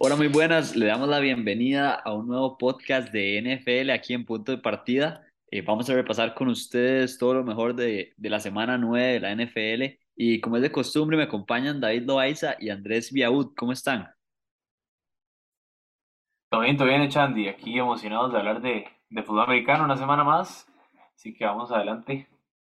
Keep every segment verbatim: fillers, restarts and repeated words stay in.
Hola, muy buenas. Le damos la bienvenida a un nuevo podcast de N F L aquí en Punto de Partida. Eh, vamos a repasar con ustedes todo lo mejor de, de la semana nueve de la N F L. Y como es de costumbre, me acompañan David Loaiza y Andrés Viaud. ¿Cómo están? Todo bien, todo bien, Chandy. Aquí emocionados de hablar de, de fútbol americano una semana más. Así que vamos adelante.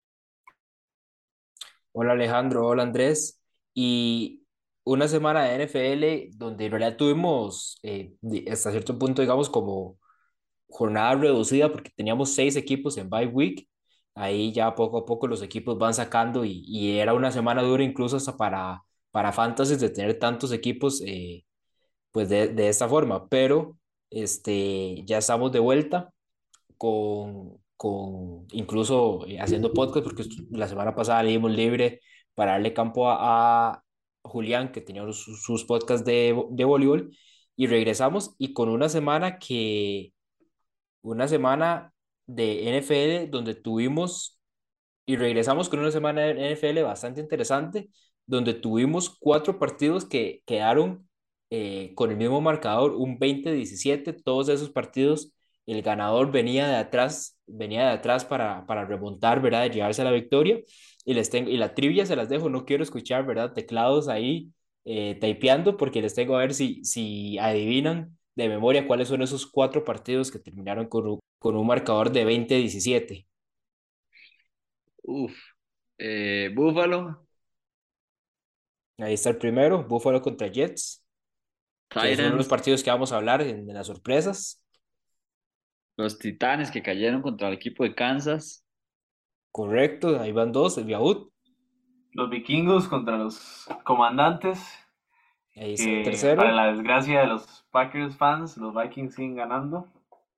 Hola Alejandro, hola Andrés. Y una semana de N F L donde en realidad tuvimos eh, di- hasta cierto punto, digamos, como jornada reducida porque teníamos seis equipos en bye week. Ahí ya poco a poco los equipos van sacando y, y era una semana dura incluso hasta para, para fantasy de tener tantos equipos eh, pues de, de esta forma. Pero este, ya estamos de vuelta con, con incluso eh, haciendo podcast, porque la semana pasada le dimos libre para darle campo a, a Julián, que tenía sus, sus podcasts de, de voleibol, y regresamos y con una semana que, una semana de N F L donde tuvimos, y regresamos con una semana de N F L bastante interesante, donde tuvimos cuatro partidos que quedaron eh, con el mismo marcador, un veinte diecisiete. Todos esos partidos, el ganador venía de atrás, venía de atrás para, para remontar, ¿verdad? De llevarse la victoria. Y, les tengo, y la trivia se las dejo, no quiero escuchar, ¿verdad? Teclados ahí eh, typeando, porque les tengo a ver si, si adivinan de memoria cuáles son esos cuatro partidos que terminaron con un, con un marcador de veinte diecisiete. Uf, eh, Buffalo, Ahí está el primero, Buffalo contra Jets, que es uno de los Titans, partidos que vamos a hablar en, de las sorpresas. los Titanes que cayeron contra el equipo de Kansas. Correcto, ahí van dos, el Viaud. Los vikingos contra los comandantes, Ahí está el que para tercero. la desgracia de los Packers fans, los Vikings siguen ganando.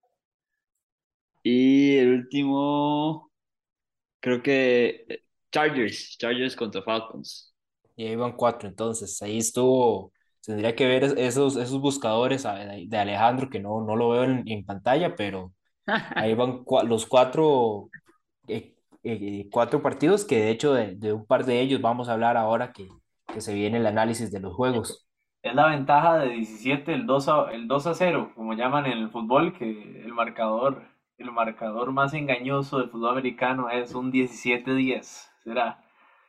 Y el último, creo que eh, Chargers, Chargers contra Falcons. Y ahí van cuatro, entonces ahí estuvo. Tendría que ver esos, esos buscadores a- de Alejandro, que no, no lo veo en, en pantalla, pero ahí van cua- los cuatro, eh, eh, cuatro partidos, que de hecho de, de un par de ellos vamos a hablar ahora que, que se viene el análisis de los juegos. Es la ventaja de diecisiete, el dos a, el dos a cero, como llaman en el fútbol, que el marcador, el marcador más engañoso del fútbol americano es un diecisiete diez. ¿Será?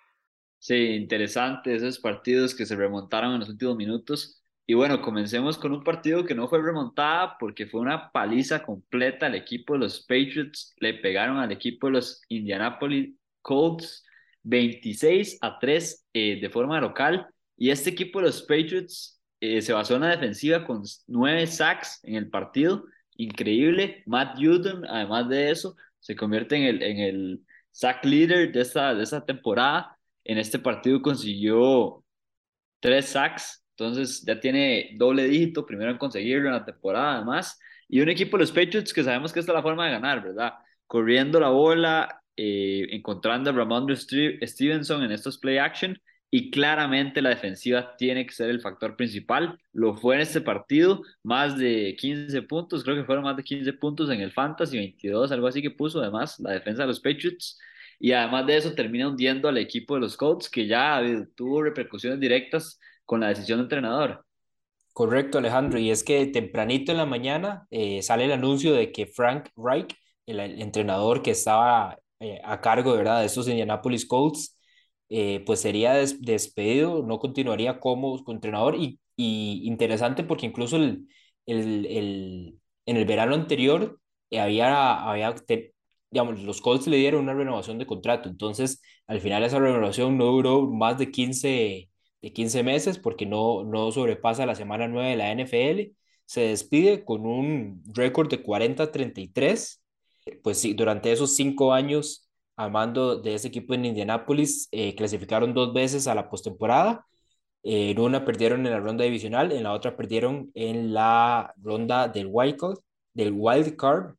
Sí, interesante esos partidos que se remontaron en los últimos minutos. Y bueno, comencemos con un partido que no fue remontada porque fue una paliza completa al equipo de los Patriots. Le pegaron al equipo de los Indianapolis Colts veintiséis a tres eh, de forma local. Y este equipo de los Patriots eh, se basó en la defensiva con nueve sacks en el partido. Increíble. Matt Judon, además de eso, se convierte en el, en el sack leader de esta, de esta temporada. En este partido consiguió tres sacks, entonces ya tiene doble dígito, primero en conseguirlo en la temporada además. Y un equipo de los Patriots que sabemos que esta es la forma de ganar, ¿verdad? Corriendo la bola, eh, encontrando a Ramondre Ste- Stevenson en estos play action. Y claramente la defensiva tiene que ser el factor principal. Lo fue en este partido, más de quince puntos, creo que fueron más de quince puntos en el Fantasy, veintidós, algo así que puso además la defensa de los Patriots. Y además de eso termina hundiendo al equipo de los Colts, que ya eh, tuvo repercusiones directas con la decisión del entrenador. Correcto, Alejandro. Y es que tempranito en la mañana eh, sale el anuncio de que Frank Reich, el, el entrenador que estaba eh, a cargo, de ¿verdad?, de estos Indianapolis Colts, eh, pues sería des- despedido, no continuaría como entrenador. Y, y interesante porque incluso el, el, el- en el verano anterior eh, había, había te- digamos, los Colts le dieron una renovación de contrato. Entonces, al final esa renovación no duró más de quince de quince meses porque no, no sobrepasa la semana nueve de la N F L. Se despide con un récord de cuarenta treinta y tres. Pues sí, durante esos cinco años a mando de ese equipo en Indianápolis, eh, clasificaron dos veces a la postemporada. Eh, en una perdieron en la ronda divisional, en la otra perdieron en la ronda del wild card, del wild card.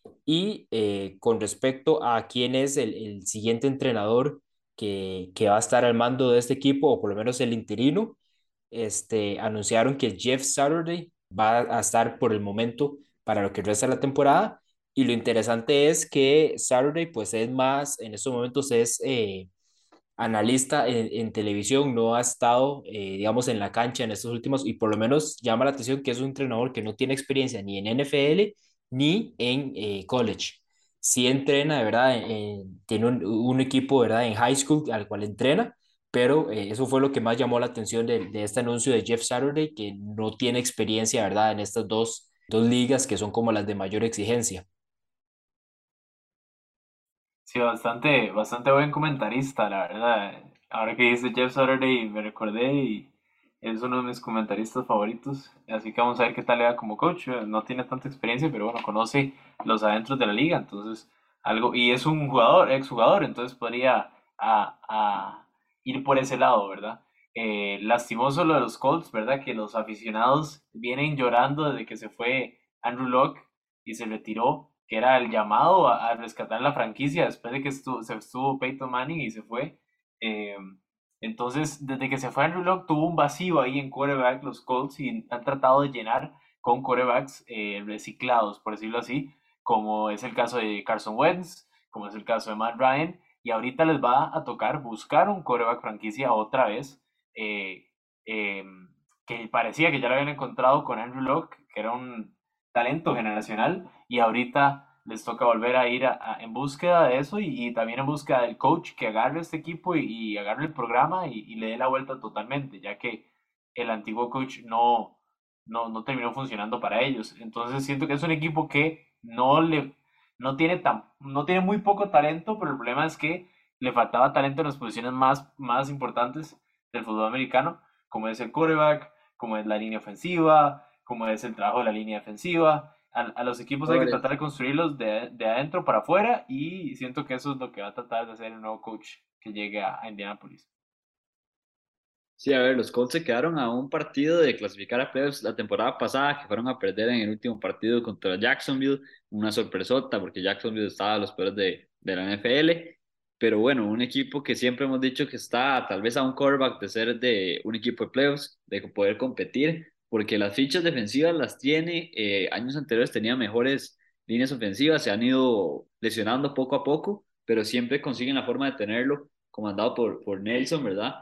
Y eh, con respecto a quién es el, el siguiente entrenador que, que va a estar al mando de este equipo, o por lo menos el interino, este, anunciaron que Jeff Saturday va a estar por el momento para lo que resta de la temporada. Y lo interesante es que Saturday, pues es más, en estos momentos es eh, analista en, en televisión, no ha estado, eh, digamos, en la cancha en estos últimos, y por lo menos llama la atención que es un entrenador que no tiene experiencia ni en N F L ni en eh, college. Sí entrena, de verdad, en- en- tiene un, un equipo, ¿verdad?, en high school al cual entrena, pero eh, eso fue lo que más llamó la atención de, de este anuncio de Jeff Saturday, que no tiene experiencia, ¿verdad?, en estas dos, dos ligas que son como las de mayor exigencia. Sí, bastante, bastante buen comentarista, la verdad. Ahora que dice Jeff Saturday me recordé y es uno de mis comentaristas favoritos. Así que vamos a ver qué tal le va como coach. No tiene tanta experiencia, pero bueno, conoce los adentros de la liga, entonces algo, y es un jugador, exjugador, entonces podría a, a ir por ese lado, ¿verdad? Eh, lastimoso lo de los Colts, ¿verdad? Que los aficionados vienen llorando desde que se fue Andrew Luck y se retiró, que era el llamado a, a rescatar la franquicia después de que estuvo, se estuvo Peyton Manning y se fue. Eh, entonces, desde que se fue Andrew Luck, tuvo un vacío ahí en quarterback los Colts y han tratado de llenar con quarterbacks eh, reciclados, por decirlo así, como es el caso de Carson Wentz, como es el caso de Matt Ryan, y ahorita les va a tocar buscar un quarterback franquicia otra vez, eh, eh, que parecía que ya lo habían encontrado con Andrew Luck, que era un talento generacional, y ahorita les toca volver a ir a, a, en búsqueda de eso y, y, también en búsqueda del coach que agarre este equipo y, y agarre el programa y, y, le dé la vuelta totalmente, ya que el antiguo coach no, no, no terminó funcionando para ellos. Entonces siento que es un equipo que no le no tiene tan no tiene muy poco talento, pero el problema es que le faltaba talento en las posiciones más, más importantes del fútbol americano, como es el quarterback, como es la línea ofensiva, como es el trabajo de la línea defensiva. A, a los equipos hay que tratar de construirlos de, de adentro para afuera y siento que eso es lo que va a tratar de hacer el nuevo coach que llegue a, a Indianapolis. Sí, a ver, los Colts se quedaron a un partido de clasificar a playoffs la temporada pasada, que fueron a perder en el último partido contra Jacksonville, una sorpresota, porque Jacksonville estaba a los peores de, de la N F L, pero bueno, un equipo que siempre hemos dicho que está tal vez a un quarterback de ser de un equipo de playoffs, de poder competir, porque las fichas defensivas las tiene, eh, años anteriores tenía mejores líneas ofensivas, se han ido lesionando poco a poco, pero siempre consiguen la forma de tenerlo, comandado por, por Nelson, ¿verdad?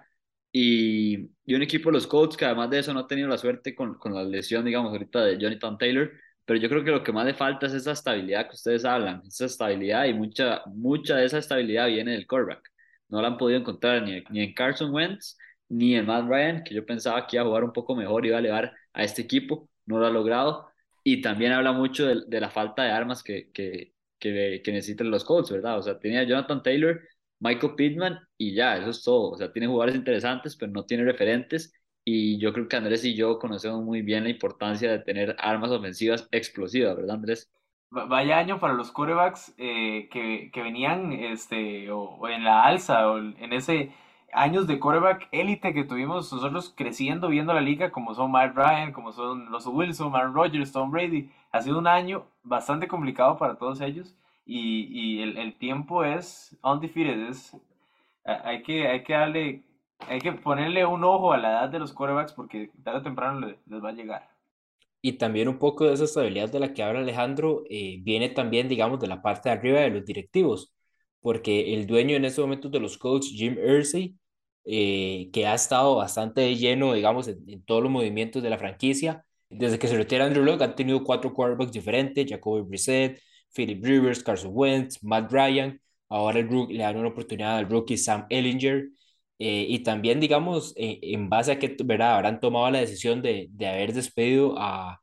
Y, y un equipo de los Colts que además de eso no ha tenido la suerte con, con la lesión, digamos, ahorita de Jonathan Taylor, pero yo creo que lo que más le falta es esa estabilidad que ustedes hablan, esa estabilidad y mucha, mucha de esa estabilidad viene del quarterback. No la han podido encontrar ni, ni en Carson Wentz ni en Matt Ryan, que yo pensaba que iba a jugar un poco mejor, iba a elevar a este equipo, no lo ha logrado. Y también habla mucho de, de la falta de armas que, que, que, que necesitan los Colts, ¿verdad? O sea, tenía Jonathan Taylor, Michael Pittman y ya, eso es todo. O sea, tiene jugadores interesantes, pero no tiene referentes. Y yo creo que Andrés y yo conocemos muy bien la importancia de tener armas ofensivas explosivas, ¿verdad, Andrés? Vaya año para los quarterbacks eh, que, que venían este, o, o en la alza, o en ese años de quarterback élite que tuvimos nosotros creciendo viendo la liga, como son Matt Ryan, como son los Wilson, Aaron Rodgers, Tom Brady. Ha sido un año bastante complicado para todos ellos y, y el, el tiempo es undefeated. Es, a- hay que, hay que darle, hay que ponerle un ojo a la edad de los quarterbacks porque tarde o temprano le- les va a llegar. Y también un poco de esa estabilidad de la que habla Alejandro eh, viene también, digamos, de la parte de arriba de los directivos, porque el dueño en estos momentos de los Colts, Jim Irsay, eh, que ha estado bastante de lleno, digamos, en, en todos los movimientos de la franquicia, desde que se retira Andrew Luck, han tenido cuatro quarterbacks diferentes: Jacoby Brissett, Philip Rivers, Carson Wentz, Matt Ryan. Ahora el rookie, le dan una oportunidad al rookie Sam Ellinger. Eh, y también, digamos, eh, en base a que, ¿verdad?, habrán tomado la decisión de, de haber despedido a,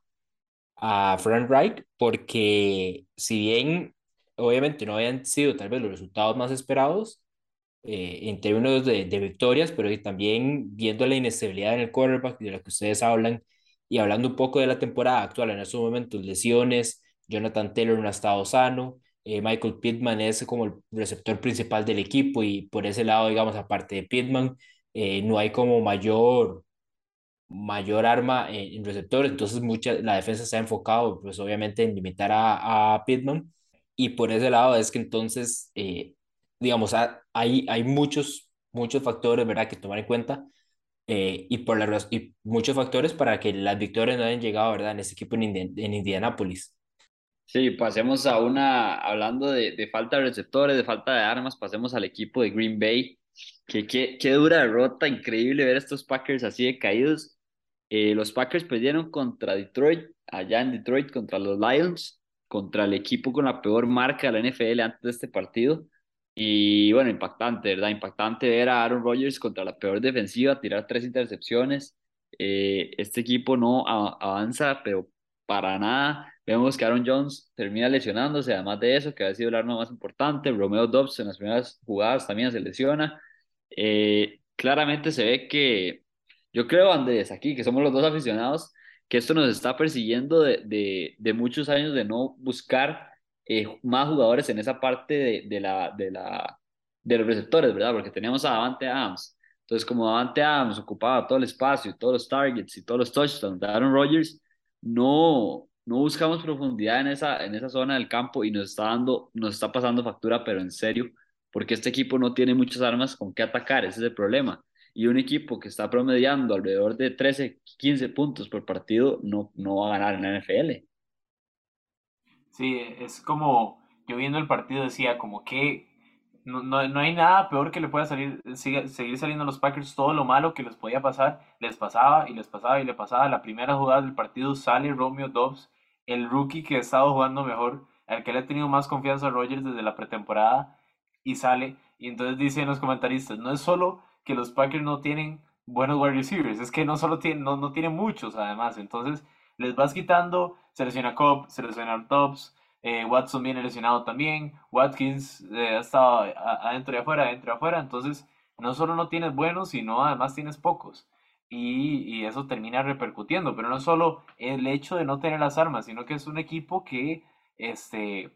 a Frank Reich, porque si bien obviamente no habían sido tal vez los resultados más esperados eh, en términos de, de victorias, pero y también viendo la inestabilidad en el quarterback de la que ustedes hablan y hablando un poco de la temporada actual en estos momentos, lesiones, Jonathan Taylor no ha estado sano, eh, Michael Pittman es como el receptor principal del equipo y por ese lado, digamos, aparte de Pittman, eh, no hay como mayor mayor arma en, en receptores, entonces mucha, la defensa se ha enfocado pues obviamente en limitar a, a Pittman y por ese lado es que entonces, eh, digamos, ha- hay, hay muchos, muchos factores, ¿verdad?, que tomar en cuenta eh, y, por la, raz- y muchos factores para que las victorias no hayan llegado, ¿verdad?, en ese equipo en, Indi- en Indianápolis. Sí, pasemos a una, hablando de, de falta de receptores, de falta de armas, pasemos al equipo de Green Bay. Qué, qué, qué dura derrota, increíble ver a estos Packers así de caídos. Eh, los Packers perdieron contra Detroit, allá en Detroit, contra los Lions, contra el equipo con la peor marca de la N F L antes de este partido. Y bueno, impactante, ¿verdad? Impactante ver a Aaron Rodgers contra la peor defensiva, tirar tres intercepciones. Eh, este equipo no a- avanza, pero para nada. Vemos que Aaron Jones termina lesionándose, además de eso, que ha sido el arma más importante. Romeo Dobbs en las primeras jugadas también se lesiona. Eh, claramente se ve que, yo creo, Andrés, aquí, que somos los dos aficionados, que esto nos está persiguiendo de, de, de muchos años de no buscar eh, más jugadores en esa parte de, de la, de la, de los receptores, ¿verdad? Porque teníamos a Davante Adams. Entonces, como Davante Adams ocupaba todo el espacio, y todos los targets y todos los touchdowns de Aaron Rodgers, no, no buscamos profundidad en esa, en esa zona del campo y nos está dando, nos está pasando factura, pero en serio, porque este equipo no tiene muchas armas con qué atacar, ese es el problema. Y un equipo que está promediando alrededor de trece quince puntos por partido no, no va a ganar en la N F L. Sí, es como yo viendo el partido decía como que no, no, no hay nada peor que le pueda salir, sigue- seguir saliendo a los Packers, todo lo malo que les podía pasar, les pasaba y les pasaba y le pasaba. La primera jugada del partido sale Romeo Dobbs, el rookie que ha estado jugando mejor, al que le ha tenido más confianza a Rodgers desde la pretemporada, y sale, y entonces dicen los comentaristas, no es solo que los Packers no tienen buenos wide receivers, es que no solo tienen, no, no tienen muchos además, entonces les vas quitando, se lesiona Cobb, se lesiona Dobbs, eh, Watson viene lesionado también. Watkins eh, ha estado a- adentro y afuera, adentro y afuera. Entonces, no solo no tienes buenos, sino además tienes pocos. Y, y eso termina repercutiendo. Pero no solo el hecho de no tener las armas, sino que es un equipo que este,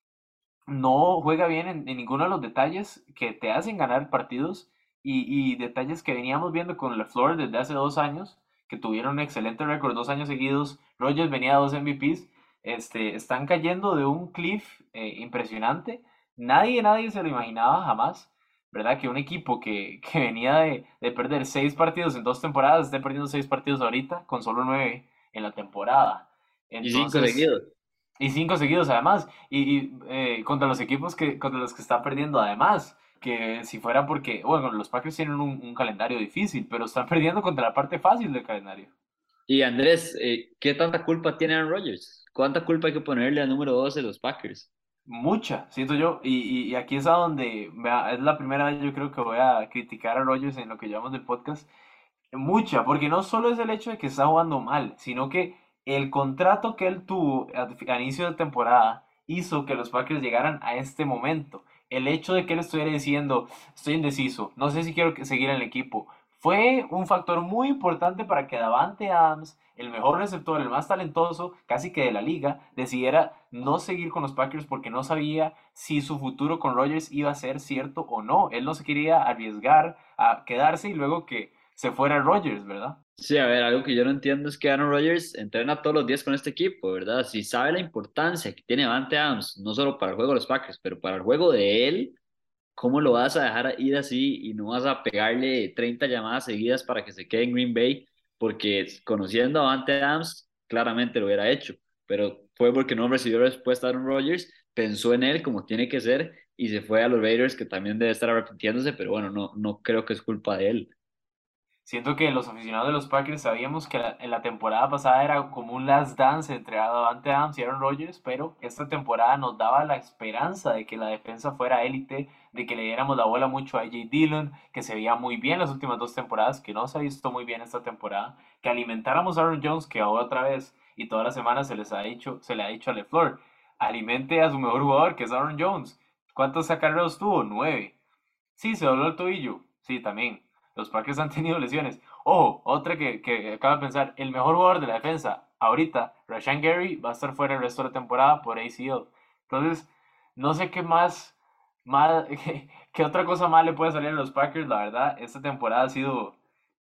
no juega bien en, en ninguno de los detalles que te hacen ganar partidos y, y detalles que veníamos viendo con LaFleur desde hace dos años, que tuvieron un excelente récord dos años seguidos. Rodgers venía a dos M V Ps, este, están cayendo de un cliff eh, impresionante. Nadie, nadie se lo imaginaba jamás, ¿verdad? Que un equipo que, que venía de, de perder seis partidos en dos temporadas esté perdiendo seis partidos ahorita con solo nueve en la temporada. Y cinco Entonces, seguidos. y cinco seguidos además. Y, y, eh, contra los equipos que, contra los que está perdiendo además. Que si fuera porque, bueno, los Packers tienen un, un calendario difícil, pero están perdiendo contra la parte fácil del calendario. Y Andrés, eh, ¿qué tanta culpa tiene Aaron Rodgers? ¿Cuánta culpa hay que ponerle al número doce de los Packers? Mucha, siento yo. Y, y, y aquí es a donde vea, es la primera vez yo creo que voy a criticar a Rodgers en lo que llamamos del podcast. Mucha, porque no solo es el hecho de que está jugando mal, sino que el contrato que él tuvo a, a inicio de temporada hizo que los Packers llegaran a este momento. El hecho de que él estuviera diciendo, estoy indeciso, no sé si quiero que- seguir en el equipo, fue un factor muy importante para que Davante Adams, el mejor receptor, el más talentoso, casi que de la liga, decidiera no seguir con los Packers porque no sabía si su futuro con Rodgers iba a ser cierto o no. Él no se quería arriesgar a quedarse y luego que se fuera Rodgers, ¿verdad? Sí, a ver, algo que yo no entiendo es que Aaron Rodgers entrena todos los días con este equipo, ¿verdad? Si sabe la importancia que tiene Davante Adams, no solo para el juego de los Packers, pero para el juego de él, ¿cómo lo vas a dejar ir así y no vas a pegarle treinta llamadas seguidas para que se quede en Green Bay? Porque conociendo a Davante Adams, claramente lo hubiera hecho, pero fue porque no recibió respuesta de Aaron Rodgers, pensó en él como tiene que ser y se fue a los Raiders, que también debe estar arrepintiéndose, pero bueno, no, no creo que es culpa de él. Siento que los aficionados de los Packers sabíamos que la- en la temporada pasada era como un last dance entre Davante Adams y Aaron Rodgers, pero esta temporada nos daba la esperanza de que la defensa fuera élite, de que le diéramos la bola mucho a A J Dillon, que se veía muy bien las últimas dos temporadas, que no se ha visto muy bien esta temporada, que alimentáramos a Aaron Jones, que ahora otra vez y todas las semanas se les ha dicho, se le ha dicho a LeFleur, alimente a su mejor jugador, que es Aaron Jones. ¿Cuántos acarreos tuvo? Nueve. Sí, se dobló el tobillo. Sí, también. Los Packers han tenido lesiones. Ojo, otra que, que acabo de pensar. El mejor jugador de la defensa ahorita, Rashan Gary, va a estar fuera el resto de la temporada por A C L. Entonces, no sé qué más, más qué, qué otra cosa más le puede salir a los Packers. La verdad, esta temporada ha sido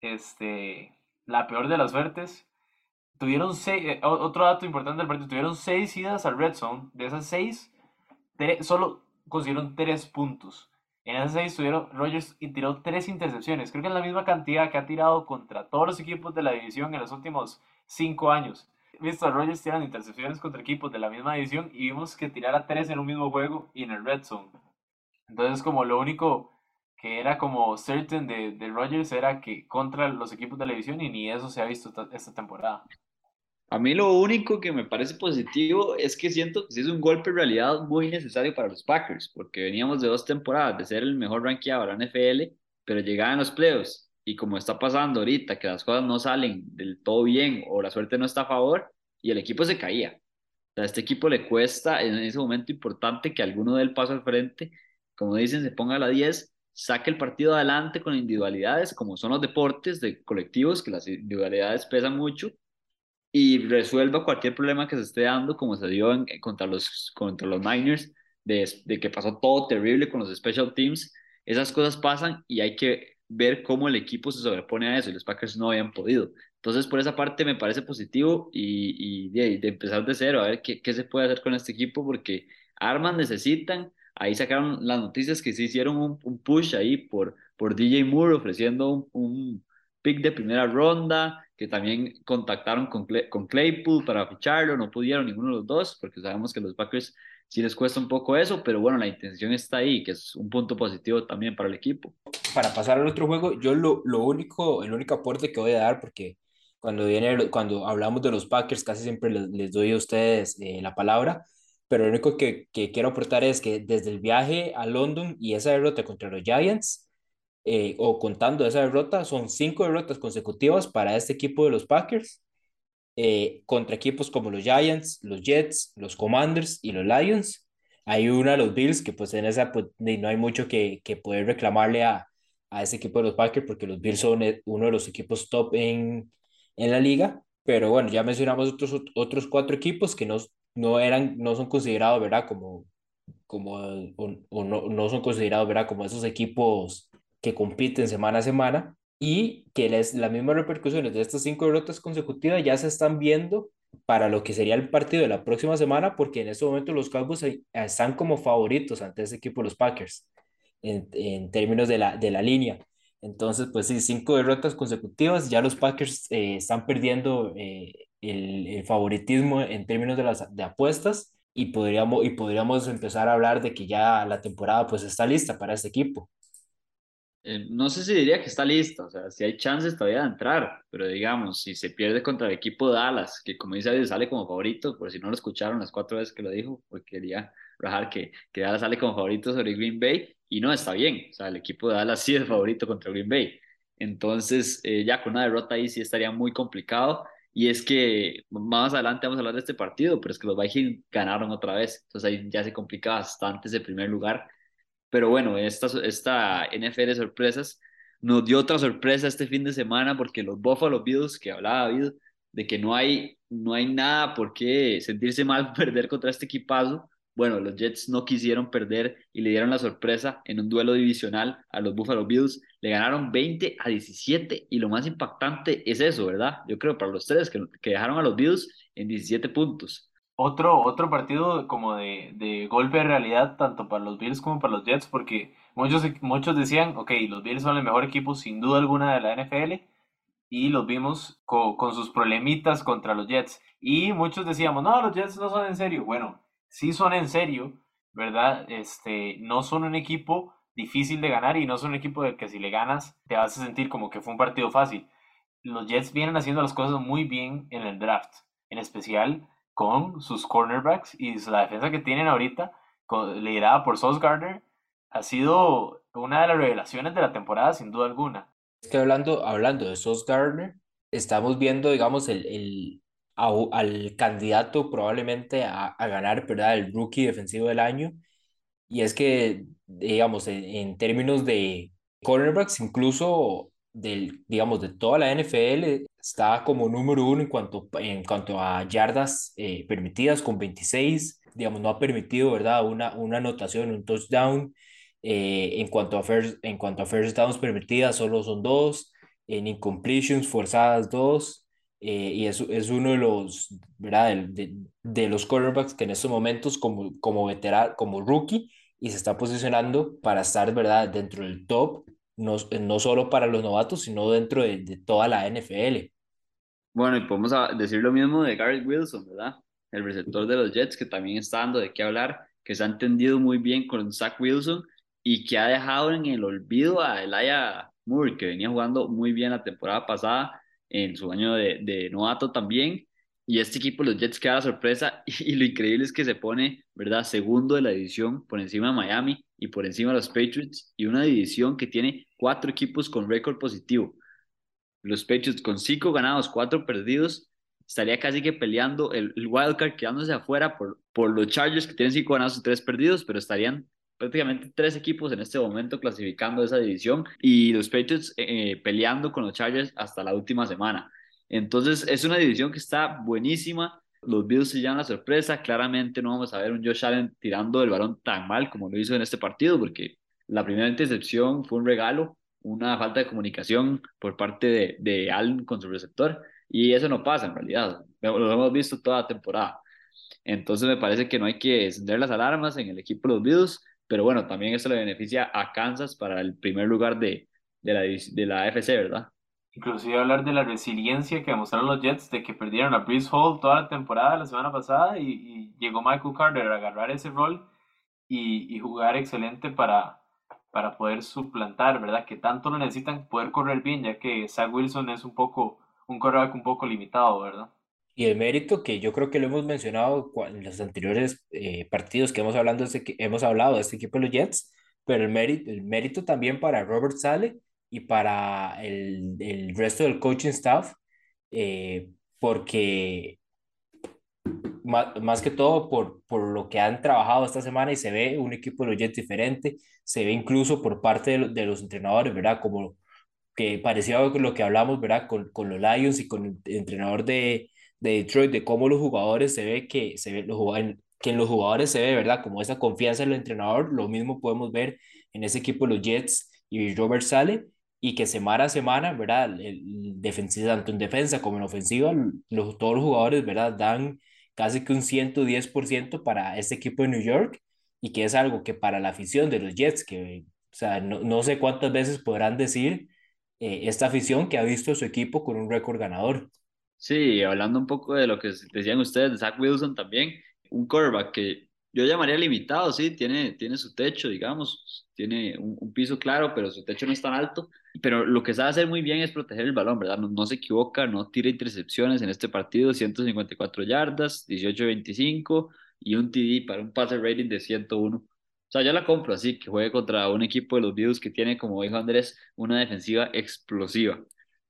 este, la peor de las suertes. Tuvieron seis, eh, o- otro dato importante del partido, tuvieron seis idas al red zone. De esas seis, tre- solo consiguieron tres puntos. En esas seis tuvieron, Rodgers y tiró tres intercepciones. Creo que es la misma cantidad que ha tirado contra todos los equipos de la división en los últimos cinco años. Visto a Rodgers tirando intercepciones contra equipos de la misma división y vimos que tirara tres en un mismo juego y en el red zone. Entonces, como lo único que era como certain de, de Rodgers era que contra los equipos de la división y ni eso se ha visto esta, esta temporada. A mí lo único que me parece positivo es que siento que sí es un golpe en realidad muy necesario para los Packers, porque veníamos de dos temporadas de ser el mejor rankeado de la N F L, pero llegaban los playoffs y como está pasando ahorita, que las cosas no salen del todo bien o la suerte no está a favor y el equipo se caía. A este equipo le cuesta en ese momento importante que alguno dé el paso al frente, como dicen, se ponga a la diez, saque el partido adelante con individualidades, como son los deportes de colectivos, que las individualidades pesan mucho y resuelva cualquier problema que se esté dando, como se dio en- contra los, contra los Niners, de, de que pasó todo terrible con los special teams. Esas cosas pasan y hay que ver cómo el equipo se sobrepone a eso y los Packers no habían podido. Entonces, por esa parte me parece positivo y, y de, de empezar de cero, a ver qué, qué se puede hacer con este equipo, porque armas necesitan. Ahí sacaron las noticias que se hicieron un, un push ahí por, por D J Moore ofreciendo un, un pick de primera ronda, que también contactaron con, Clay, con Claypool para ficharlo, no pudieron ninguno de los dos, porque sabemos que a los Packers sí les cuesta un poco eso, pero bueno, la intención está ahí, que es un punto positivo también para el equipo. Para pasar al otro juego, yo lo, lo único, el único aporte que voy a dar, porque cuando viene, cuando hablamos de los Packers, casi siempre les, les doy a ustedes eh, la palabra, pero lo único que, que quiero aportar es que desde el viaje a London y esa derrota contra los Giants, eh, o contando esa derrota, son cinco derrotas consecutivas para este equipo de los Packers, eh, contra equipos como los Giants, los Jets, los Commanders y los Lions. Hay una de los Bills que pues en esa pues, no hay mucho que, que poder reclamarle a, a ese equipo de los Packers porque los Bills son eh, uno de los equipos top en, en la liga. Pero bueno, ya mencionamos otros, otros cuatro equipos que no, no, eran, no son considerados, ¿verdad? Como, como o, o no, no son considerados, ¿verdad? Como esos equipos que compiten semana a semana y que les, las mismas repercusiones de estas cinco derrotas consecutivas ya se están viendo para lo que sería el partido de la próxima semana, porque en este momento los Cowboys ahí están como favoritos ante ese equipo, los Packers, en, en términos de la, de la línea. Entonces, pues sí, cinco derrotas consecutivas, ya los Packers eh, están perdiendo eh, el, el favoritismo en términos de las de apuestas y podríamos, y podríamos empezar a hablar de que ya la temporada pues está lista para este equipo. Eh, no sé si diría que está lista, o sea, si hay chances todavía de entrar, pero digamos, si se pierde contra el equipo de Dallas, que como dice, sale como favorito, por si no lo escucharon las cuatro veces que lo dijo, porque quería rajar que, que Dallas sale como favorito sobre Green Bay, y no está bien, o sea, el equipo de Dallas sí es favorito contra Green Bay. Entonces, eh, ya con una derrota ahí sí estaría muy complicado, y es que más adelante vamos a hablar de este partido, pero es que los Vikings ganaron otra vez, entonces ahí ya se complica bastante ese primer lugar, pero bueno, esta, esta N F L de sorpresas nos dio otra sorpresa este fin de semana porque los Buffalo Bills, que hablaba David, de que no hay, no hay nada por qué sentirse mal perder contra este equipazo. Bueno, los Jets no quisieron perder y le dieron la sorpresa en un duelo divisional a los Buffalo Bills. Le ganaron veinte a diecisiete y lo más impactante es eso, ¿verdad? Yo creo para los tres que, que dejaron a los Bills en diecisiete puntos. Otro, otro partido como de, de golpe de realidad, tanto para los Bills como para los Jets, porque muchos, muchos decían, ok, los Bills son el mejor equipo sin duda alguna de la N F L, y los vimos co- con sus problemitas contra los Jets. Y muchos decíamos, no, los Jets no son en serio. Bueno, sí son en serio, ¿verdad? Este, no son un equipo difícil de ganar y no son un equipo del que si le ganas te vas a sentir como que fue un partido fácil. Los Jets vienen haciendo las cosas muy bien en el draft, en especial con sus cornerbacks y la defensa que tienen ahorita, con- liderada por Sauce Gardner, ha sido una de las revelaciones de la temporada sin duda alguna. Es que hablando, hablando de Sauce Gardner, estamos viendo, digamos, el, el, au- al candidato probablemente a, a ganar, ¿verdad? El rookie defensivo del año. Y es que, digamos, en, en términos de cornerbacks, incluso del, digamos, de toda la N F L, está como número uno en cuanto, en cuanto a yardas eh, permitidas con veintiséis. Digamos, no ha permitido, ¿verdad? Una, una anotación, un touchdown. Eh, en cuanto a first, en cuanto a first downs permitidas, solo son dos. En incompletions forzadas, dos. Eh, y es, es uno de los, ¿verdad? De, de, de los cornerbacks que en estos momentos como, como veterano, como rookie, y se está posicionando para estar, ¿verdad?, dentro del top, no, no solo para los novatos, sino dentro de, de toda la N F L. Bueno, y podemos a- decir lo mismo de Garrett Wilson, ¿verdad? El receptor de los Jets, que también está dando de qué hablar, que se ha entendido muy bien con Zach Wilson y que ha dejado en el olvido a Elijah Moore, que venía jugando muy bien la temporada pasada, en su año de, de novato también. Y este equipo, los Jets, queda la sorpresa y, y lo increíble es que se pone, ¿verdad? Segundo de la división por encima de Miami y por encima de los Patriots y una división que tiene cuatro equipos con récord positivo. Los Patriots con cinco ganados, cuatro perdidos, estaría casi que peleando el, el wildcard quedándose afuera por, por los Chargers que tienen cinco ganados y tres perdidos, pero estarían prácticamente tres equipos en este momento clasificando esa división y los Patriots eh, peleando con los Chargers hasta la última semana. Entonces es una división que está buenísima. Los Bills se llevan la sorpresa. Claramente no vamos a ver un Josh Allen tirando el balón tan mal como lo hizo en este partido, porque la primera intercepción fue un regalo, una falta de comunicación por parte de, de Allen con su receptor, y eso no pasa en realidad. Lo, lo hemos visto toda la temporada. Entonces me parece que no hay que encender las alarmas en el equipo de los Bills, pero bueno, también eso le beneficia a Kansas para el primer lugar de, de la, de la A F C, ¿verdad? Inclusive hablar de la resiliencia que demostraron los Jets de que perdieron a Breece Hall toda la temporada la semana pasada y, y llegó Michael Carter a agarrar ese rol y, y jugar excelente para, para poder suplantar, ¿verdad? Que tanto lo necesitan poder correr bien, ya que Zach Wilson es un poco, un quarterback un poco limitado, ¿verdad? Y el mérito que yo creo que lo hemos mencionado cua- en los anteriores eh, partidos que hemos, hablando de este, equi- hemos hablado de este equipo de los Jets, pero el mérito, el mérito también para Robert Saleh y para el, el resto del coaching staff, eh, porque más, más que todo por, por lo que han trabajado esta semana y se ve un equipo de los Jets diferente, se ve incluso por parte de, lo- de los entrenadores, ¿verdad? Como que parecía lo que hablamos, ¿verdad? Con, con los Lions y con el entrenador de, de Detroit, de cómo los jugadores se ve que, se ve, los jugadores, que en los jugadores se ve, ¿verdad? Como esa confianza en el entrenador, lo mismo podemos ver en ese equipo de los Jets y Robert Sale, y que semana a semana, ¿verdad? El, el defensiva, tanto en defensa como en ofensiva, los, todos los jugadores, ¿verdad? Dan casi que un ciento diez por ciento para este equipo de New York, y que es algo que para la afición de los Jets, que, o sea, no, no sé cuántas veces podrán decir eh, esta afición que ha visto a su equipo con un récord ganador. Sí, hablando un poco de lo que decían ustedes de Zach Wilson también, un quarterback que yo llamaría limitado, sí, tiene, tiene su techo, digamos, tiene un, un piso claro, pero su techo no es tan alto. Pero lo que sabe hacer muy bien es proteger el balón, ¿verdad? No, no se equivoca, no tira intercepciones en este partido, ciento cincuenta y cuatro yardas, dieciocho de veinticinco y un T D para un passer rating de ciento uno. O sea, yo la compro así, que juegue contra un equipo de los Bills que tiene, como dijo Andrés, una defensiva explosiva.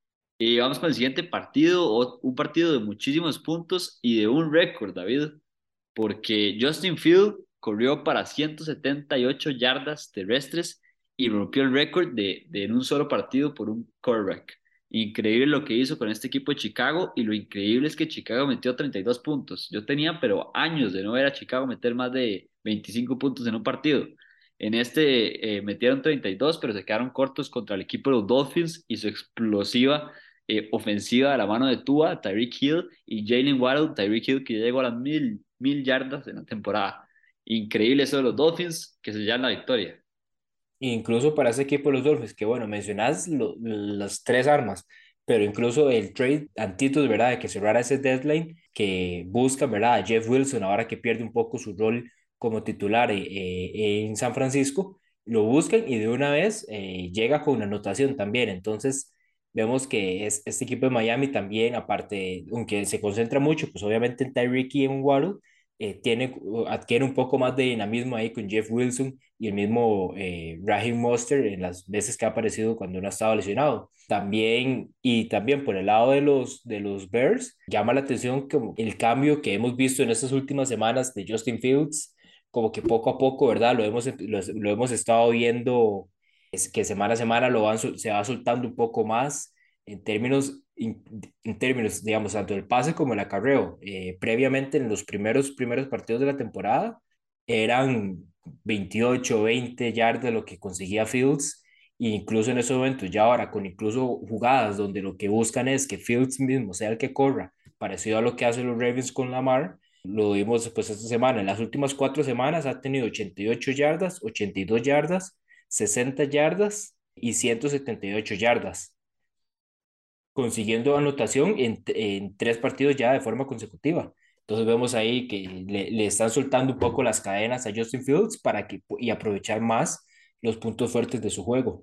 Y vamos con el siguiente partido, o- un partido de muchísimos puntos y de un récord, David, porque Justin Field corrió para ciento setenta y ocho yardas terrestres y rompió el récord de, de en un solo partido por un quarterback. Increíble lo que hizo con este equipo de Chicago, y lo increíble es que Chicago metió treinta y dos puntos. Yo tenía pero años de no ver a Chicago meter más de veinticinco puntos en un partido. En este eh, metieron treinta y dos, pero se quedaron cortos contra el equipo de los Dolphins y su explosiva eh, ofensiva a la mano de Tua, Tyreek Hill y Jalen Waddle. Tyreek Hill que ya llegó a las mil, mil yardas en la temporada. Increíble eso de los Dolphins, que se llevan la victoria. Incluso para ese equipo de los Dolphins, que bueno, mencionas lo- las tres armas, pero incluso el trade antitos, ¿verdad? De que cerrara ese deadline, que busca, ¿verdad? A Jeff Wilson, ahora que pierde un poco su rol como titular eh, eh, en San Francisco, lo buscan y de una vez eh, llega con una anotación también. Entonces, vemos que es, este equipo de Miami también, aparte, aunque se concentra mucho, pues obviamente en Tyreek y en Waddle, eh, tiene, adquiere un poco más de dinamismo ahí con Jeff Wilson y el mismo eh, Raheem Mostert en las veces que ha aparecido cuando no ha estado lesionado. También, y también por el lado de los, de los Bears, llama la atención como el cambio que hemos visto en estas últimas semanas de Justin Fields, como que poco a poco, ¿verdad? Lo hemos, lo, lo hemos estado viendo, es que semana a semana lo van, se va soltando un poco más en términos, en términos, digamos, tanto el pase como el acarreo. Eh, previamente, en los primeros, primeros partidos de la temporada, eran veintiocho veinte yardas lo que conseguía Fields, e incluso en esos momentos, ya ahora con incluso jugadas donde lo que buscan es que Fields mismo sea el que corra, parecido a lo que hacen los Ravens con Lamar. Lo vimos pues esta semana, en las últimas cuatro semanas ha tenido ochenta y ocho yardas, ochenta y dos yardas, sesenta yardas y ciento setenta y ocho yardas, consiguiendo anotación en, en tres partidos ya de forma consecutiva. Entonces vemos ahí que le, le están soltando un poco las cadenas a Justin Fields para que y aprovechar más los puntos fuertes de su juego.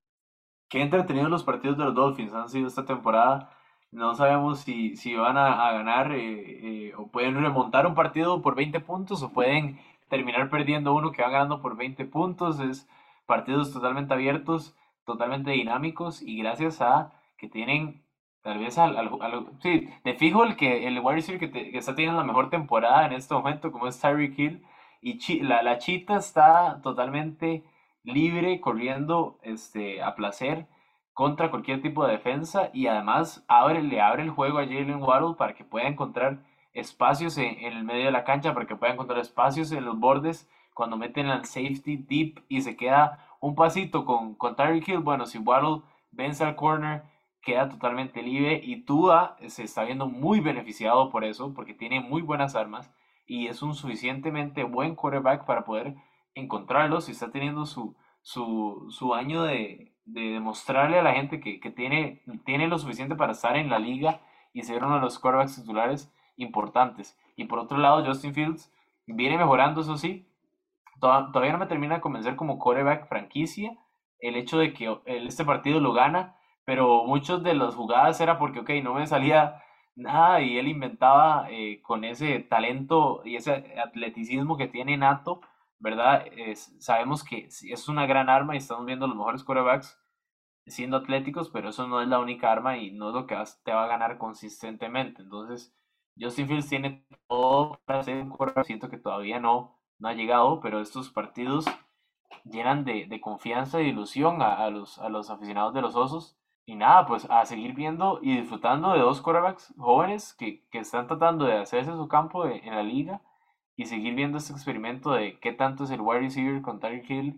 Qué entretenidos los partidos de los Dolphins han sido esta temporada. No sabemos si, si van a, a ganar eh, eh, o pueden remontar un partido por veinte puntos o pueden terminar perdiendo uno que va ganando por veinte puntos. Es partidos totalmente abiertos, totalmente dinámicos y gracias a que tienen tal vez al, al- al- sí, de fijo el que el wide receiver que, te- que está teniendo la mejor temporada en este momento como es Tyreek Hill y Chi- la, la Chita está totalmente libre, corriendo este, a placer contra cualquier tipo de defensa y además abre, le abre el juego a Jalen Waddle para que pueda encontrar espacios en, en el medio de la cancha, para que pueda encontrar espacios en los bordes cuando meten al safety deep y se queda un pasito con, con Tyreek Hill. Bueno, si Waddle vence al corner, queda totalmente libre y Tua se está viendo muy beneficiado por eso, porque tiene muy buenas armas y es un suficientemente buen quarterback para poder encontrarlos y está teniendo su, su, su año de, de demostrarle a la gente que, que tiene, tiene lo suficiente para estar en la liga y ser uno de los quarterbacks titulares importantes. Y por otro lado, Justin Fields viene mejorando, eso sí. Toda- Todavía no me termina de convencer como quarterback franquicia el hecho de que él este partido lo gana, pero muchos de las jugadas era porque, ok, no me salía nada y él inventaba eh, con ese talento y ese atleticismo que tiene nato, ¿verdad? Es- sabemos que sí, es una gran arma y estamos viendo los mejores quarterbacks siendo atléticos, pero eso no es la única arma y no es lo que vas- te va a ganar consistentemente. Entonces, Justin Fields tiene todo para ser un quarterback, siento que todavía no, no ha llegado, pero estos partidos llenan de, de confianza y de ilusión a, a los, a los aficionados de los Osos. Y nada, pues a seguir viendo y disfrutando de dos quarterbacks jóvenes que, que están tratando de hacerse su campo de- en la liga y seguir viendo este experimento de qué tanto es el wide receiver con Tyreek Hill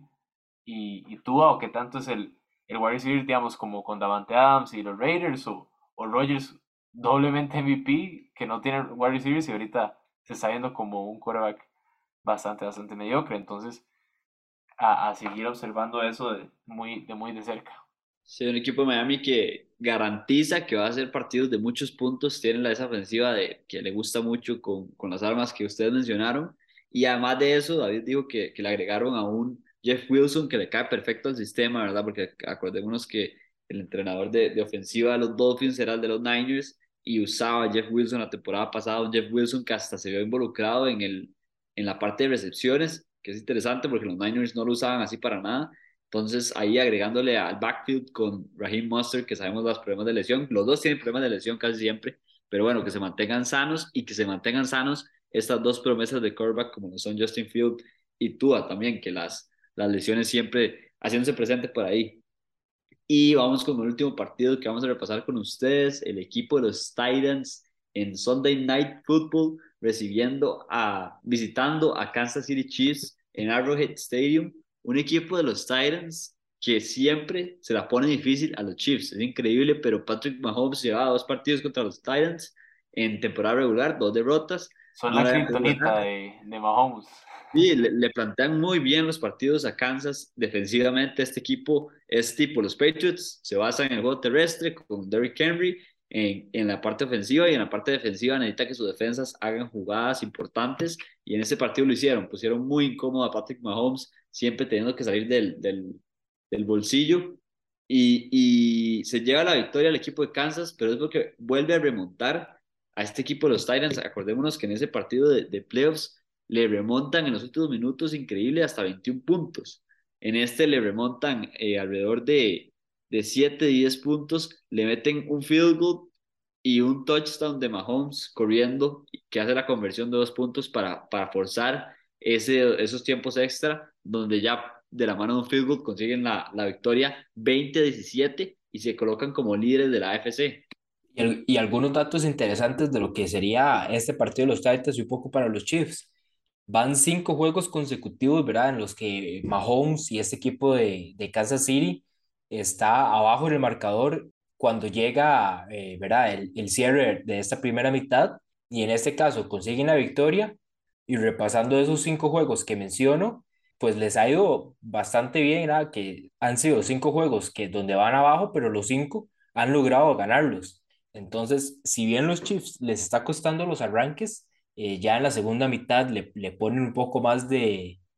y, y Tua o qué tanto es el, el wide receiver, digamos, como con Davante Adams y los Raiders o, o Rodgers doblemente M V P que no tiene wide receivers y ahorita se está viendo como un quarterback bastante, bastante mediocre. Entonces, a, a seguir observando eso de muy de, muy de cerca. Sí, un equipo de Miami que garantiza que va a hacer partidos de muchos puntos, tiene la esa ofensiva de, que le gusta mucho con, con las armas que ustedes mencionaron. Y además de eso, David dijo que, que le agregaron a un Jeff Wilson que le cae perfecto al sistema, ¿verdad? Porque acordémonos que el entrenador de, de ofensiva de los Dolphins era el de los Niners y usaba a Jeff Wilson la temporada pasada, un Jeff Wilson que hasta se vio involucrado en, el, en la parte de recepciones, que es interesante porque los Niners no lo usaban así para nada. Entonces, ahí agregándole al backfield con Raheem Mostert, que sabemos los problemas de lesión, los dos tienen problemas de lesión casi siempre, pero bueno, que se mantengan sanos y que se mantengan sanos estas dos promesas de quarterback como lo son Justin Field y Tua también, que las, las lesiones siempre haciéndose presente por ahí. Y vamos con el último partido que vamos a repasar con ustedes, el equipo de los Titans en Sunday Night Football, recibiendo a, visitando a Kansas City Chiefs en Arrowhead Stadium, un equipo de los Titans que siempre se la pone difícil a los Chiefs. Es increíble, pero Patrick Mahomes llevaba dos partidos contra los Titans en temporada regular, dos derrotas, Son no la le habían podido kriptonita ganar. de, de Mahomes. Sí, le, le plantean muy bien los partidos a Kansas defensivamente. Este equipo es tipo los Patriots, se basa en el juego terrestre con Derrick Henry en, en la parte ofensiva y en la parte defensiva necesita que sus defensas hagan jugadas importantes y en ese partido lo hicieron. Pusieron muy incómodo a Patrick Mahomes, siempre teniendo que salir del, del, del bolsillo y, y se lleva la victoria al equipo de Kansas, pero es porque vuelve a remontar a este equipo de los Titans. Acordémonos que en ese partido de, de playoffs le remontan en los últimos minutos increíble hasta veintiún puntos. En este le remontan eh, alrededor de, de siete, diez puntos, le meten un field goal y un touchdown de Mahomes corriendo que hace la conversión de dos puntos para, para forzar ese, esos tiempos extra donde ya de la mano de un field goal consiguen la, la victoria veinte a diecisiete y se colocan como líderes de la A F C. Y, al- y algunos datos interesantes de lo que sería este partido de los Titans y un poco para los Chiefs. Van cinco juegos consecutivos, ¿verdad? En los que Mahomes y este equipo de, de Kansas City está abajo en el marcador cuando llega, eh, ¿verdad? El, el cierre de esta primera mitad y en este caso consiguen la victoria y repasando esos cinco juegos que menciono, pues les ha ido bastante bien, ¿verdad? Que han sido cinco juegos que donde van abajo, pero los cinco han logrado ganarlos. Entonces, si bien los Chiefs les está costando los arranques, eh, ya en la segunda mitad le, le ponen un poco más de,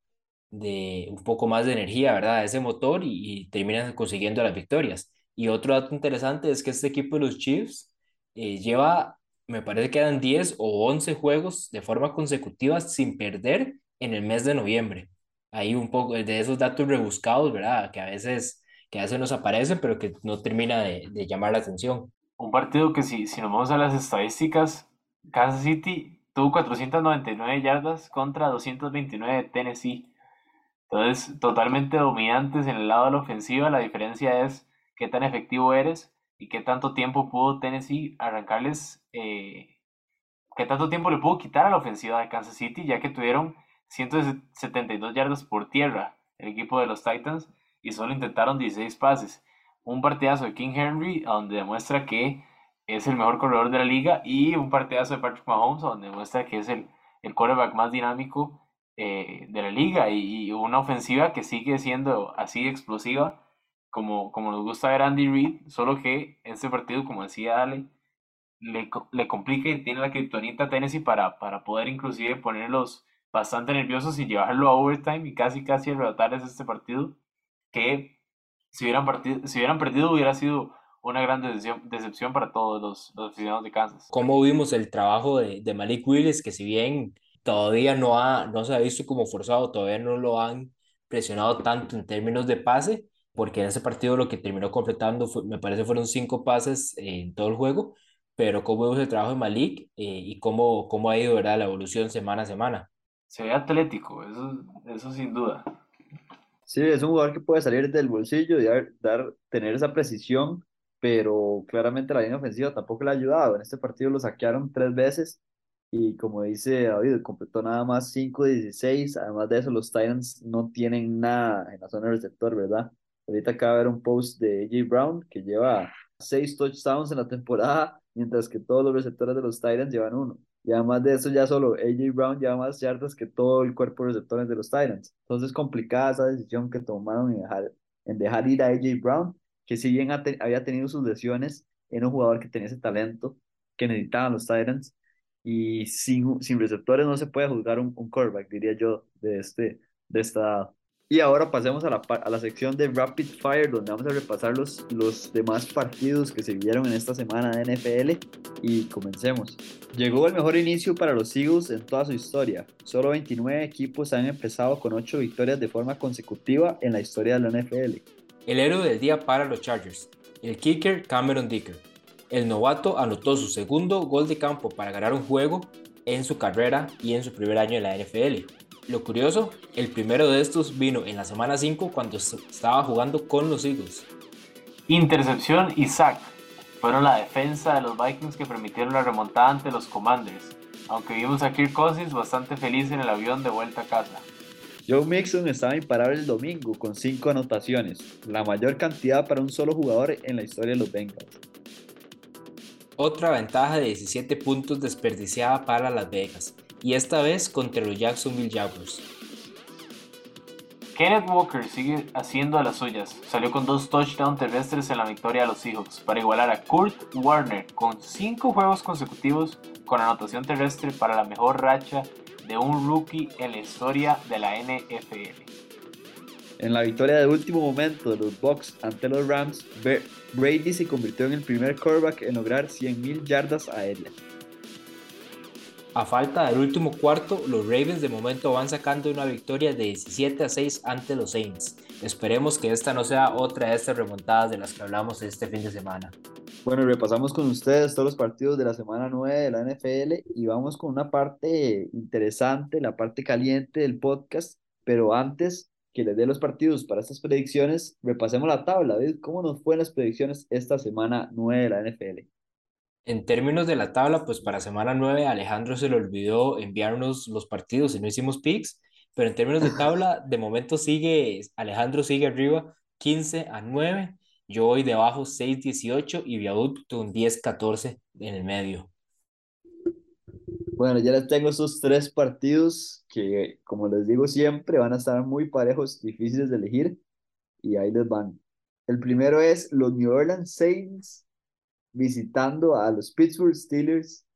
de un poco más de energía, ¿verdad? Ese motor y, y terminan consiguiendo las victorias. Y otro dato interesante es que este equipo de los Chiefs eh, lleva, me parece que eran diez o once juegos de forma consecutiva sin perder en el mes de noviembre. Ahí un poco de esos datos rebuscados, ¿verdad? Que a veces, que a veces nos aparecen, pero que no termina de, de llamar la atención. Un partido que si, si nos vamos a las estadísticas, Kansas City tuvo cuatrocientas noventa y nueve yardas contra doscientas veintinueve de Tennessee. Entonces, totalmente dominantes en el lado de la ofensiva. La diferencia es qué tan efectivo eres y qué tanto tiempo pudo Tennessee arrancarles, eh, qué tanto tiempo le pudo quitar a la ofensiva de Kansas City, ya que tuvieron ciento setenta y dos yardas por tierra el equipo de los Titans y solo intentaron dieciséis pases. Un partidazo de King Henry, a donde demuestra que es el mejor corredor de la liga, y un partidazo de Patrick Mahomes, a donde demuestra que es el, el quarterback más dinámico eh, de la liga, y, y, una ofensiva que sigue siendo así explosiva como, como nos gusta ver a Andy Reid, solo que este partido, como decía Ale, le, le complica y tiene la kriptonita a Tennessee para, para poder inclusive ponerlos bastante nerviosos y llevarlo a overtime y casi casi arrebatarles este partido, que si hubieran, partido, si hubieran perdido hubiera sido una gran decepción, decepción para todos los, los aficionados de Kansas. Cómo vimos el trabajo de, de Malik Willis, que si bien todavía no, ha, no se ha visto como forzado, todavía no lo han presionado tanto en términos de pase, porque en ese partido lo que terminó completando, fue, me parece, fueron cinco pases eh, en todo el juego, pero cómo vimos el trabajo de Malik eh, y cómo, cómo ha ido, ¿verdad?, la evolución semana a semana. Se ve atlético, eso, eso sin duda. Sí, es un jugador que puede salir del bolsillo y dar, dar- tener esa precisión, pero claramente la línea ofensiva tampoco le ha ayudado. En este partido lo saquearon tres veces y como dice David, completó nada más cinco de dieciséis. Además de eso, los Titans no tienen nada en la zona de receptor, ¿verdad? Ahorita acaba de ver un post de A J Brown que lleva seis touchdowns en la temporada, mientras que todos los receptores de los Titans llevan uno. Y además de eso, ya solo A J Brown lleva más yardas que todo el cuerpo de receptores de los Titans. Entonces, complicada esa decisión que tomaron en dejar, en dejar ir a A J Brown, que si bien ha te- había tenido sus lesiones, era un jugador que tenía ese talento que necesitaban los Titans. Y sin, sin receptores no se puede juzgar un, un quarterback, diría yo, de, este, de esta edad. Y ahora pasemos a la, par- a la sección de Rapid Fire, donde vamos a repasar los, los demás partidos que se vieron en esta semana de N F L. Y comencemos. Llegó el mejor inicio para los Eagles en toda su historia. Solo veintinueve equipos han empezado con ocho victorias de forma consecutiva en la historia de la N F L. El héroe del día para los Chargers, el kicker Cameron Dicker. El novato anotó su segundo gol de campo para ganar un juego en su carrera y en su primer año en la N F L. Lo curioso, el primero de estos vino en la semana cinco cuando estaba jugando con los Eagles. Intercepción y sack fueron la defensa de los Vikings que permitieron la remontada ante los Commanders, aunque vimos a Kirk Cousins bastante feliz en el avión de vuelta a casa. Joe Mixon estaba imparable el domingo con cinco anotaciones, la mayor cantidad para un solo jugador en la historia de los Bengals. Otra ventaja de diecisiete puntos desperdiciada para Las Vegas, y esta vez contra los Jacksonville Jaguars. Kenneth Walker sigue haciendo a las suyas, salió con dos touchdowns terrestres en la victoria de los Seahawks para igualar a Kurt Warner con cinco juegos consecutivos con anotación terrestre para la mejor racha de un rookie en la historia de la N F L. En la victoria de último momento de los Bucks ante los Rams, Brady se convirtió en el primer quarterback en lograr cien mil yardas aéreas. A falta del último cuarto, los Ravens de momento van sacando una victoria de diecisiete a seis ante los Saints. Esperemos que esta no sea otra de estas remontadas de las que hablamos este fin de semana. Bueno, repasamos con ustedes todos los partidos de la semana nueve de la N F L y vamos con una parte interesante, la parte caliente del podcast, pero antes que les dé los partidos para estas predicciones, repasemos la tabla, ¿ves? ¿Cómo nos fue en las predicciones esta semana nueve de la N F L? En términos de la tabla, pues para semana nueve Alejandro se le olvidó enviarnos los partidos y no hicimos picks, pero en términos de tabla, de momento sigue, Alejandro sigue arriba quince a nueve, yo voy debajo seis dieciocho y Viaducto un diez catorce en el medio. Bueno, ya les tengo esos tres partidos que, como les digo siempre, van a estar muy parejos, difíciles de elegir, y ahí les van. El primero es los New Orleans Saints visitando a los Pittsburgh Steelers.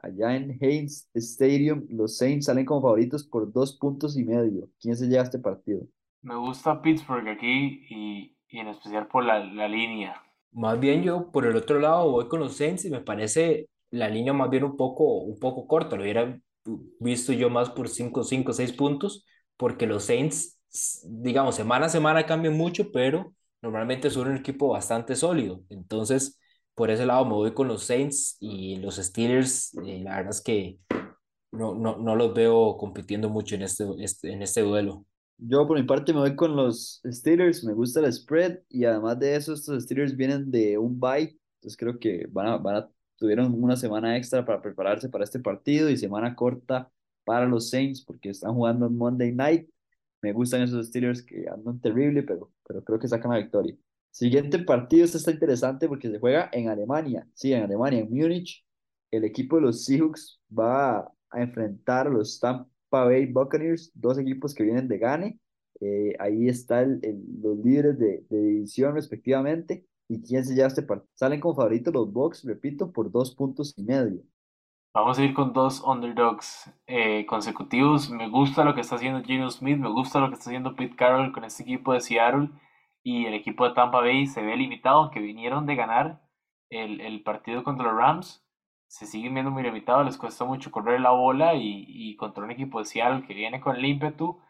allá en Heinz Stadium, los Saints salen como favoritos por dos puntos y medio. ¿Quién se lleva este partido? Me gusta Pittsburgh aquí y, y en especial por la, la línea. Más bien yo por el otro lado voy con los Saints y me parece la línea más bien un poco, un poco corta. Lo hubiera visto yo más por cinco cinco seis puntos, porque los Saints, s- digamos, semana a semana cambian mucho, pero normalmente son un equipo bastante sólido. Entonces, por ese lado me voy con los Saints y los Steelers. Eh, la verdad es que no, no, no los veo compitiendo mucho en este, este, en este duelo. Yo por mi parte me voy con los Steelers, me gusta el spread y además de eso estos Steelers vienen de un bye, entonces creo que van a, van a- tuvieron una semana extra para prepararse para este partido y semana corta para los Saints porque están jugando en Monday Night. Me gustan esos Steelers que andan terrible, pero, pero creo que sacan la victoria. Siguiente partido, este está interesante porque se juega en Alemania, sí, en Alemania, en Múnich. El equipo de los Seahawks va a enfrentar a los Tampa Bay Buccaneers, dos equipos que vienen de Gane. Eh, ahí están los líderes de, de división respectivamente. ¿Y quién se lleva este partido? Salen como favoritos los Bucks, repito, por dos puntos y medio. Vamos a ir con dos underdogs eh, consecutivos. Me gusta lo que está haciendo Geno Smith, me gusta lo que está haciendo Pete Carroll con este equipo de Seattle y el equipo de Tampa Bay se ve limitado, aunque vinieron de ganar el, el partido contra los Rams. Se siguen viendo muy limitados, les cuesta mucho correr la bola y, y contra un equipo de Seattle que viene con el ímpetu,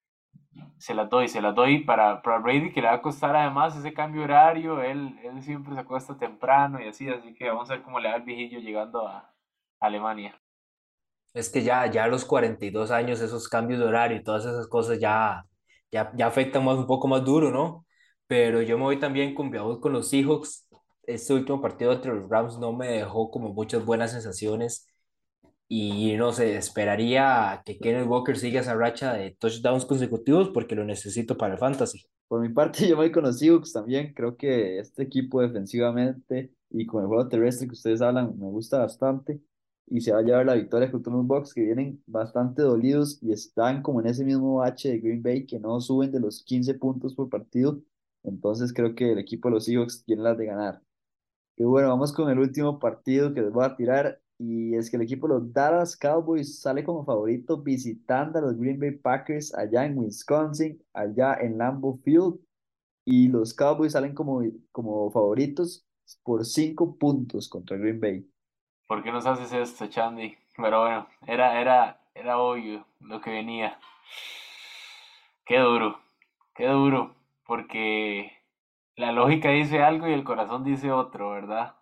se las doy, se las doy para, para Brady, que le va a costar además ese cambio horario. Él, él siempre se acuesta temprano y así, así que vamos a ver cómo le va el viejillo llegando a Alemania. Es que ya, ya a los cuarenta y dos años, esos cambios de horario y todas esas cosas ya, ya, ya afectan más, un poco más duro, ¿no? Pero yo me voy también con, voy con los Seahawks. Este último partido entre los Rams no me dejó como muchas buenas sensaciones y no sé, esperaría que Kenneth Walker siga esa racha de touchdowns consecutivos porque lo necesito para el fantasy. Por mi parte, yo me voy con los Seahawks también. Creo que este equipo defensivamente y con el juego terrestre que ustedes hablan me gusta bastante. Y se va a llevar la victoria contra unos Bucks que vienen bastante dolidos y están como en ese mismo bache de Green Bay que no suben de los quince puntos por partido. Entonces creo que el equipo de los Seahawks tiene las de ganar. Y bueno, vamos con el último partido que les voy a tirar. Y es que el equipo de los Dallas Cowboys sale como favorito visitando a los Green Bay Packers allá en Wisconsin, allá en Lambeau Field. Y los Cowboys salen como, como favoritos por cinco puntos contra Green Bay. ¿Por qué nos haces esto, Chandy? Pero bueno, era, era, era obvio lo que venía. Qué duro, qué duro, porque la lógica dice algo y el corazón dice otro, ¿verdad?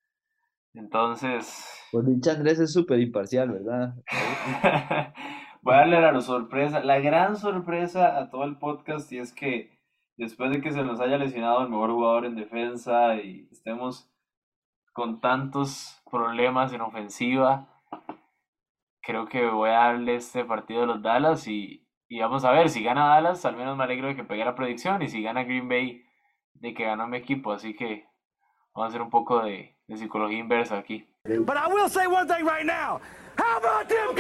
Entonces, Por dicha, Andrés es súper imparcial, ¿verdad? voy a darle la sorpresa, la gran sorpresa a todo el podcast, y es que después de que se nos haya lesionado el mejor jugador en defensa y estemos con tantos problemas en ofensiva, creo que voy a darle este partido de los Dallas y, y vamos a ver, si gana Dallas, al menos me alegro de que pegue la predicción, y si gana Green Bay, de que ganó mi equipo, así que vamos a hacer un poco de, de psicología inversa aquí. But I will say one thing right now. How about them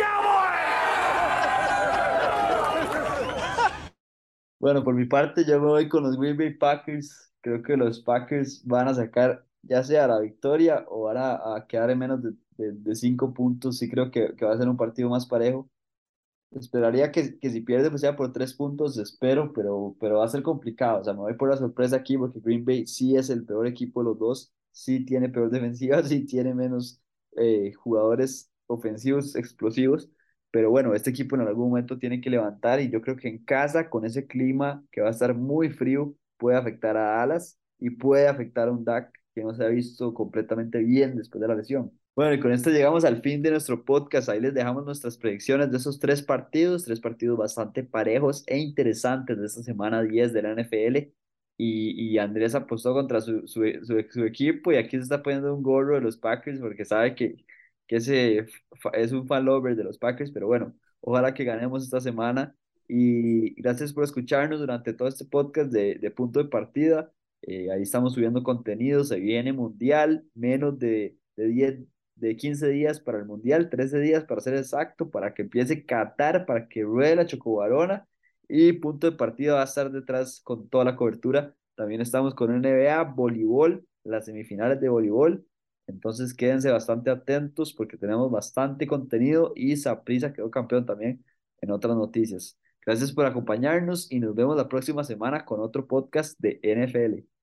Cowboys? Bueno, por mi parte, yo me voy con los Green Bay Packers. Creo que los Packers van a sacar ya sea la victoria o van a, a quedar en menos de, de, de cinco puntos. Sí creo que, que va a ser un partido más parejo. Esperaría que, que si pierde pues sea por tres puntos, espero, pero, pero va a ser complicado. O sea, me voy por la sorpresa aquí porque Green Bay sí es el peor equipo de los dos, sí tiene peor defensiva, sí tiene menos eh, jugadores ofensivos explosivos, pero bueno, este equipo en algún momento tiene que levantar y yo creo que en casa, con ese clima que va a estar muy frío, puede afectar a Dallas y puede afectar a un Dak que no se ha visto completamente bien después de la lesión. Bueno, y con esto llegamos al fin de nuestro podcast. Ahí les dejamos nuestras predicciones de esos tres partidos, tres partidos bastante parejos e interesantes de esta semana diez de la N F L. Y, y Andrés apostó contra su, su, su, su equipo y aquí se está poniendo un gorro de los Packers porque sabe que, que ese fa- es un fan lover de los Packers. Pero bueno, ojalá que ganemos esta semana. Y gracias por escucharnos durante todo este podcast de, de punto de partida. Eh, ahí estamos subiendo contenido, se viene mundial, menos de, de diez de quince días para el Mundial, trece días para ser exacto, para que empiece Qatar, para que ruede la Chocobarona y punto de partida va a estar detrás con toda la cobertura. También estamos con N B A, voleibol, las semifinales de voleibol Entonces quédense bastante atentos porque tenemos bastante contenido y Saprissa quedó campeón también en otras noticias. Gracias por acompañarnos y nos vemos la próxima semana con otro podcast de N F L.